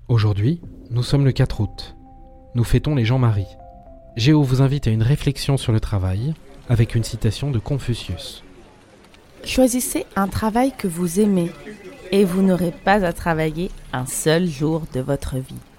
Aujourd'hui, nous sommes le 4 août. Nous fêtons les Jean-Marie. Géo vous invite à une réflexion sur le travail avec une citation de Confucius. Choisissez un travail que vous aimez et vous n'aurez pas à travailler un seul jour de votre vie.